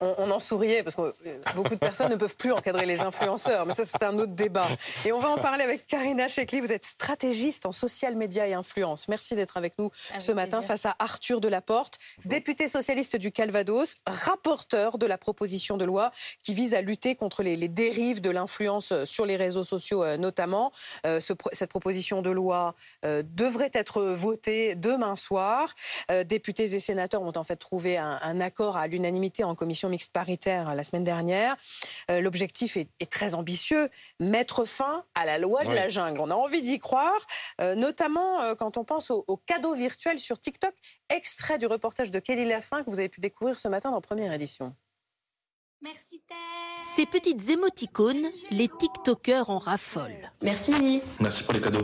On en souriait parce que beaucoup de personnes ne peuvent plus encadrer les influenceurs, mais ça c'est un autre débat. Et on va en parler avec Karina Chekli, vous êtes stratégiste en social media et influence. Merci d'être avec nous ce matin face à Arthur Delaporte, député socialiste du Calvados, rapporteur de la proposition de loi qui vise à lutter contre les dérives de l'influence sur les réseaux sociaux notamment. Cette proposition de loi devrait être votée demain soir. Députés et sénateurs ont en fait trouvé un accord à l'unanimité en commission mixte paritaire la semaine dernière. L'objectif est très ambitieux, mettre fin à la loi de la jungle. On a envie d'y croire, notamment quand on pense aux cadeaux virtuels sur TikTok. Extrait du reportage de Kelly Lafin que vous avez pu découvrir ce matin dans Première Édition. Merci. Ces petites émoticônes, les TikTokers en raffolent. Merci. Merci pour les cadeaux.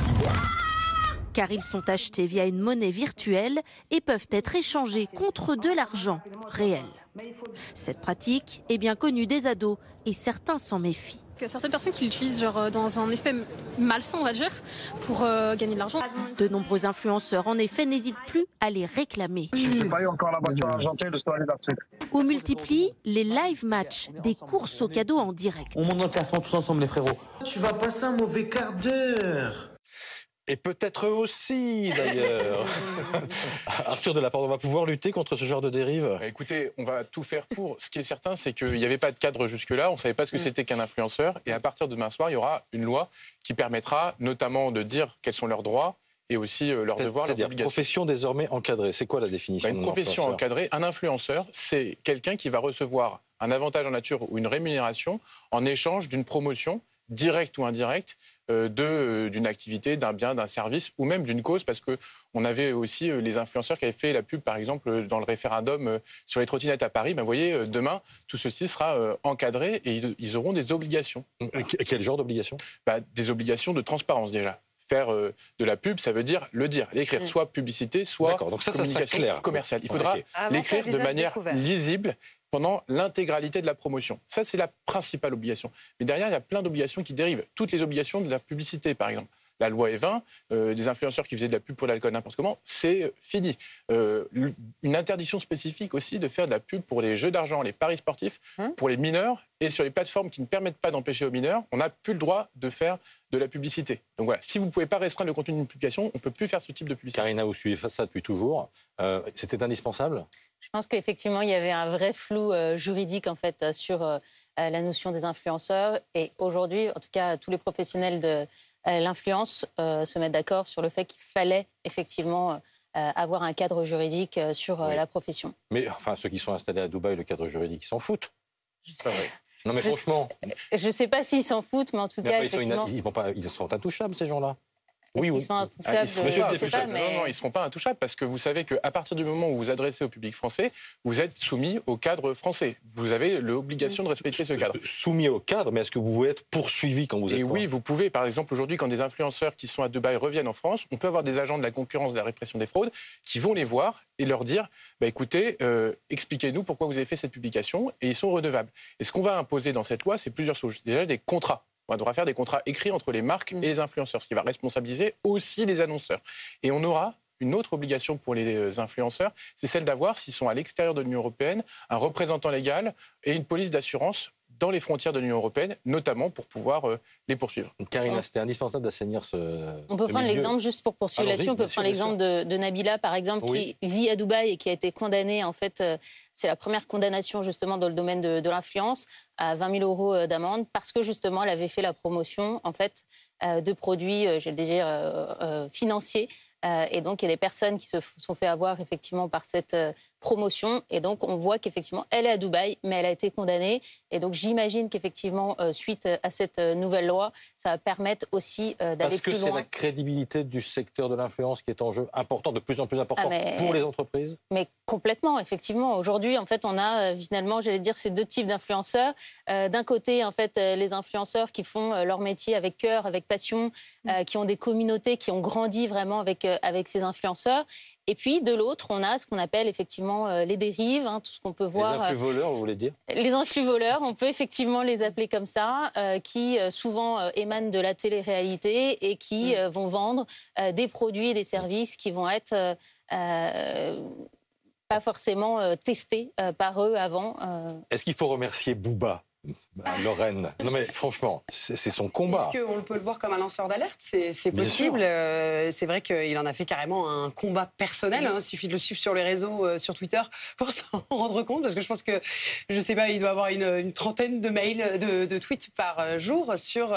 Car ils sont achetés via une monnaie virtuelle et peuvent être échangés contre de l'argent réel. Cette pratique est bien connue des ados et certains s'en méfient. Il y a certaines personnes qui l'utilisent dans un aspect malsain, on va dire, pour gagner de l'argent. De nombreux influenceurs, en effet, n'hésitent plus à les réclamer. Je n'ai pas eu encore la voiture argentée, le soir d'article. On multiplie les live matchs, des courses aux cadeaux en direct. On monte dans le classement tous ensemble, les frérots. Tu vas passer un mauvais quart d'heure. Et peut-être eux aussi, d'ailleurs. Arthur Delaporte, on va pouvoir lutter contre ce genre de dérive ? Écoutez, on va tout faire pour. Ce qui est certain, c'est qu'il n'y avait pas de cadre jusque-là. On ne savait pas ce que c'était qu'un influenceur. Et à partir de demain soir, il y aura une loi qui permettra notamment de dire quels sont leurs droits et aussi leurs devoirs, leurs obligations. Profession désormais encadrée. C'est quoi la définition Une profession encadrée. Un influenceur, c'est quelqu'un qui va recevoir un avantage en nature ou une rémunération en échange d'une promotion directe ou indirecte d'une activité, d'un bien, d'un service ou même d'une cause, parce qu'on avait aussi les influenceurs qui avaient fait la pub, par exemple, dans le référendum sur les trottinettes à Paris. Ben, vous voyez, demain, tout ceci sera encadré et ils auront des obligations. Quel genre d'obligations ? Des obligations de transparence déjà. Faire de la pub, ça veut dire le dire, l'écrire, soit publicité, soit communication commerciale. Il faudra l'écrire de manière lisible pendant l'intégralité de la promotion. Ça, c'est la principale obligation. Mais derrière, il y a plein d'obligations qui dérivent. Toutes les obligations de la publicité, par exemple. La loi E20, des influenceurs qui faisaient de la pub pour l'alcool n'importe comment, c'est fini. Une interdiction spécifique aussi de faire de la pub pour les jeux d'argent, les paris sportifs, pour les mineurs, et sur les plateformes qui ne permettent pas d'empêcher aux mineurs, on n'a plus le droit de faire de la publicité. Donc voilà, si vous ne pouvez pas restreindre le contenu d'une publication, on ne peut plus faire ce type de publicité. Karina, vous suivez ça depuis toujours. C'était indispensable ? Je pense qu'effectivement, il y avait un vrai flou juridique en fait, sur la notion des influenceurs. Et aujourd'hui, en tout cas, tous les professionnels de l'influence se mettent d'accord sur le fait qu'il fallait effectivement avoir un cadre juridique sur la profession. Mais enfin, ceux qui sont installés à Dubaï, le cadre juridique, ils s'en foutent. Non mais franchement... Je ne sais pas s'ils s'en foutent, mais en tout cas, effectivement... Ils sont intouchables, ces gens-là. Ils sont intouchables, Non, ils ne seront pas intouchables parce que vous savez qu'à partir du moment où vous vous adressez au public français, vous êtes soumis au cadre français. Vous avez l'obligation de respecter ce cadre. Soumis au cadre, mais est-ce que vous pouvez être poursuivi quand vous êtes... Oui, vous pouvez. Par exemple, aujourd'hui, quand des influenceurs qui sont à Dubaï reviennent en France, on peut avoir des agents de la concurrence, de la répression des fraudes, qui vont les voir et leur dire écoutez, expliquez-nous pourquoi vous avez fait cette publication, et ils sont redevables. Et ce qu'on va imposer dans cette loi, c'est plusieurs choses. Déjà, des contrats. On devra faire des contrats écrits entre les marques et les influenceurs, ce qui va responsabiliser aussi les annonceurs. Et on aura une autre obligation pour les influenceurs, c'est celle d'avoir, s'ils sont à l'extérieur de l'Union européenne, un représentant légal et une police d'assurance dans les frontières de l'Union européenne, notamment pour pouvoir les poursuivre. Karina, c'était indispensable d'assainir ce... On peut prendre l'exemple, juste pour poursuivre là-dessus, on peut prendre l'exemple de Nabila, par exemple, qui vit à Dubaï et qui a été condamnée, en fait, c'est la première condamnation justement dans le domaine de l'influence, à 20 000 € d'amende, parce que justement, elle avait fait la promotion, en fait, de produits, je vais le dire, financiers. Et donc, il y a des personnes qui se sont fait avoir effectivement par cette promotion. Et donc, on voit qu'effectivement, elle est à Dubaï, mais elle a été condamnée. Et donc, j'imagine qu'effectivement, suite à cette nouvelle loi, ça va permettre aussi d'aller plus loin. Parce que c'est la crédibilité du secteur de l'influence qui est en jeu, important, de plus en plus important pour les entreprises. Mais complètement, effectivement. Aujourd'hui, en fait, on a finalement, j'allais dire, ces deux types d'influenceurs. D'un côté, en fait, les influenceurs qui font leur métier avec cœur, avec passion, qui ont des communautés, qui ont grandi vraiment avec ces influenceurs. Et puis, de l'autre, on a ce qu'on appelle effectivement les dérives, tout ce qu'on peut voir. Les influx-voleurs, vous voulez dire ? Les influx-voleurs, on peut effectivement les appeler comme ça, qui souvent émanent de la télé-réalité et qui vont vendre des produits et des services qui vont être pas forcément testé par eux avant. Est-ce qu'il faut remercier Booba, Lorraine? Non mais franchement, c'est son combat. Est-ce qu'on peut le voir comme un lanceur d'alerte? C'est possible. C'est vrai qu'il en a fait carrément un combat personnel. Il suffit de le suivre sur les réseaux, sur Twitter, pour s'en rendre compte. Parce que je pense que, je sais pas, il doit avoir une trentaine de mails, de tweets par jour sur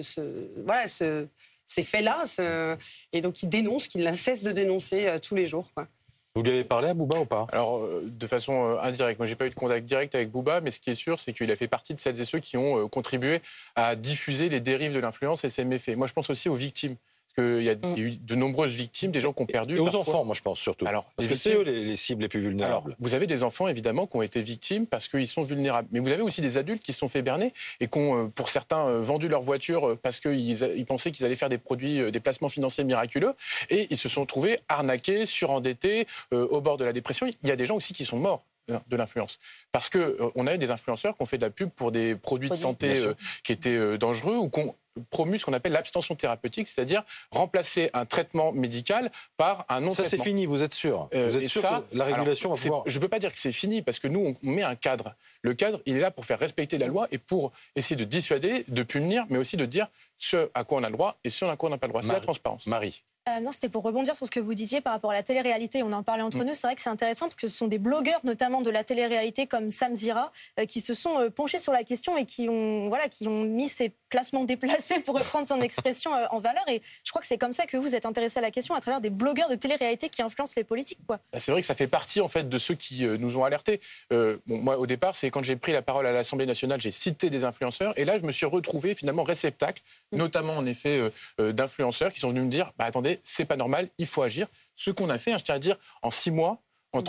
ces faits-là. Et donc il dénonce, qu'il ne cesse de dénoncer tous les jours, quoi. Vous lui avez parlé à Booba ou pas? Alors, de façon indirecte. Moi, j'ai pas eu de contact direct avec Booba, mais ce qui est sûr, c'est qu'il a fait partie de celles et ceux qui ont contribué à diffuser les dérives de l'influence et ses méfaits. Moi, je pense aussi aux victimes. Parce qu'il y a eu de nombreuses victimes, des gens qui ont perdu. Et aux enfants, moi, je pense surtout. Parce que c'est eux les cibles les plus vulnérables. Alors, vous avez des enfants, évidemment, qui ont été victimes parce qu'ils sont vulnérables. Mais vous avez aussi des adultes qui se sont fait berner et qui ont, pour certains, vendu leur voiture parce qu'ils pensaient qu'ils allaient faire des produits, des placements financiers miraculeux. Et ils se sont trouvés arnaqués, surendettés, au bord de la dépression. Il y a des gens aussi qui sont morts de l'influence. Parce qu'on a eu des influenceurs qui ont fait de la pub pour des produits de santé qui étaient dangereux ou qui ont promu ce qu'on appelle l'abstention thérapeutique, c'est-à-dire remplacer un traitement médical par un non-traitement. Ça, c'est fini, vous êtes sûr? Vous êtes sûr que la régulation va pouvoir... Je ne peux pas dire que c'est fini, parce que nous, on met un cadre. Le cadre, il est là pour faire respecter la loi et pour essayer de dissuader, de punir, mais aussi de dire ce à quoi on a le droit et ce à quoi on n'a pas le droit. C'est la transparence. Marie. Non, c'était pour rebondir sur ce que vous disiez par rapport à la télé-réalité. On en parlait entre nous. C'est vrai que c'est intéressant parce que ce sont des blogueurs, notamment de la télé-réalité, comme Sam Zira, qui se sont penchés sur la question et qui ont mis ces placements déplacés, pour reprendre son expression, en valeur. Et je crois que c'est comme ça que vous êtes intéressé à la question, à travers des blogueurs de télé-réalité qui influencent les politiques, quoi. C'est vrai que ça fait partie, en fait, de ceux qui nous ont alertés. Moi, au départ, c'est quand j'ai pris la parole à l'Assemblée nationale, j'ai cité des influenceurs. Et là, je me suis retrouvé, finalement, réceptacle, notamment, en effet, d'influenceurs qui sont venus me dire, attendez, c'est pas normal, il faut agir. Ce qu'on a fait, je tiens à dire, en 6 mois,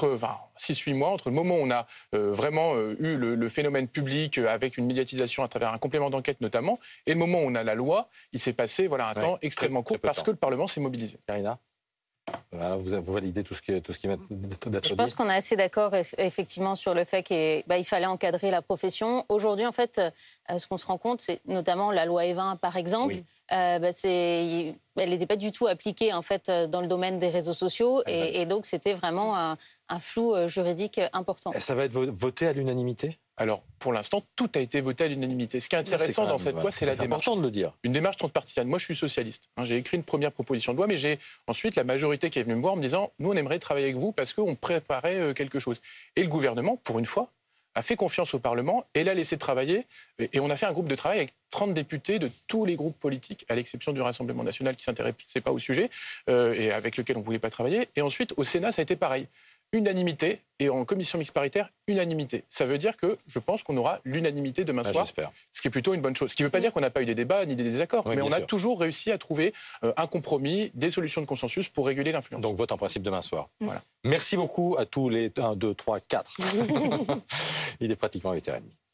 6-8 mois, entre le moment où on a vraiment eu le phénomène public avec une médiatisation à travers un complément d'enquête notamment, et le moment où on a la loi, il s'est passé un temps extrêmement court parce que le Parlement s'est mobilisé. Karina, vous validez tout ce qui vient d'être dit. Je pense qu'on est assez d'accord effectivement sur le fait qu'il fallait encadrer la profession. Aujourd'hui, en fait, ce qu'on se rend compte, c'est notamment la loi Evin, par exemple. Oui. Elle n'était pas du tout appliquée en fait dans le domaine des réseaux sociaux et donc c'était vraiment un flou juridique important. Et ça va être voté à l'unanimité? Alors, pour l'instant, tout a été voté à l'unanimité. Ce qui est intéressant dans cette loi, c'est la démarche. C'est important de le dire. Une démarche transpartisane. Moi, je suis socialiste. J'ai écrit une première proposition de loi, mais j'ai ensuite la majorité qui est venue me voir en me disant « Nous, on aimerait travailler avec vous parce qu'on préparait quelque chose. » Et le gouvernement, pour une fois, a fait confiance au Parlement et l'a laissé travailler. Et on a fait un groupe de travail avec 30 députés de tous les groupes politiques, à l'exception du Rassemblement national qui ne s'intéressait pas au sujet et avec lequel on ne voulait pas travailler. Et ensuite, au Sénat, ça a été pareil. Unanimité, et en commission mixte paritaire, unanimité. Ça veut dire que je pense qu'on aura l'unanimité demain soir, ce qui est plutôt une bonne chose. Ce qui ne veut pas dire qu'on n'a pas eu des débats ni des désaccords, mais on a toujours réussi à trouver un compromis, des solutions de consensus pour réguler l'influence. Donc vote en principe demain soir. Voilà. Merci beaucoup à tous les 1, 2, 3, 4. Il est pratiquement 8h30.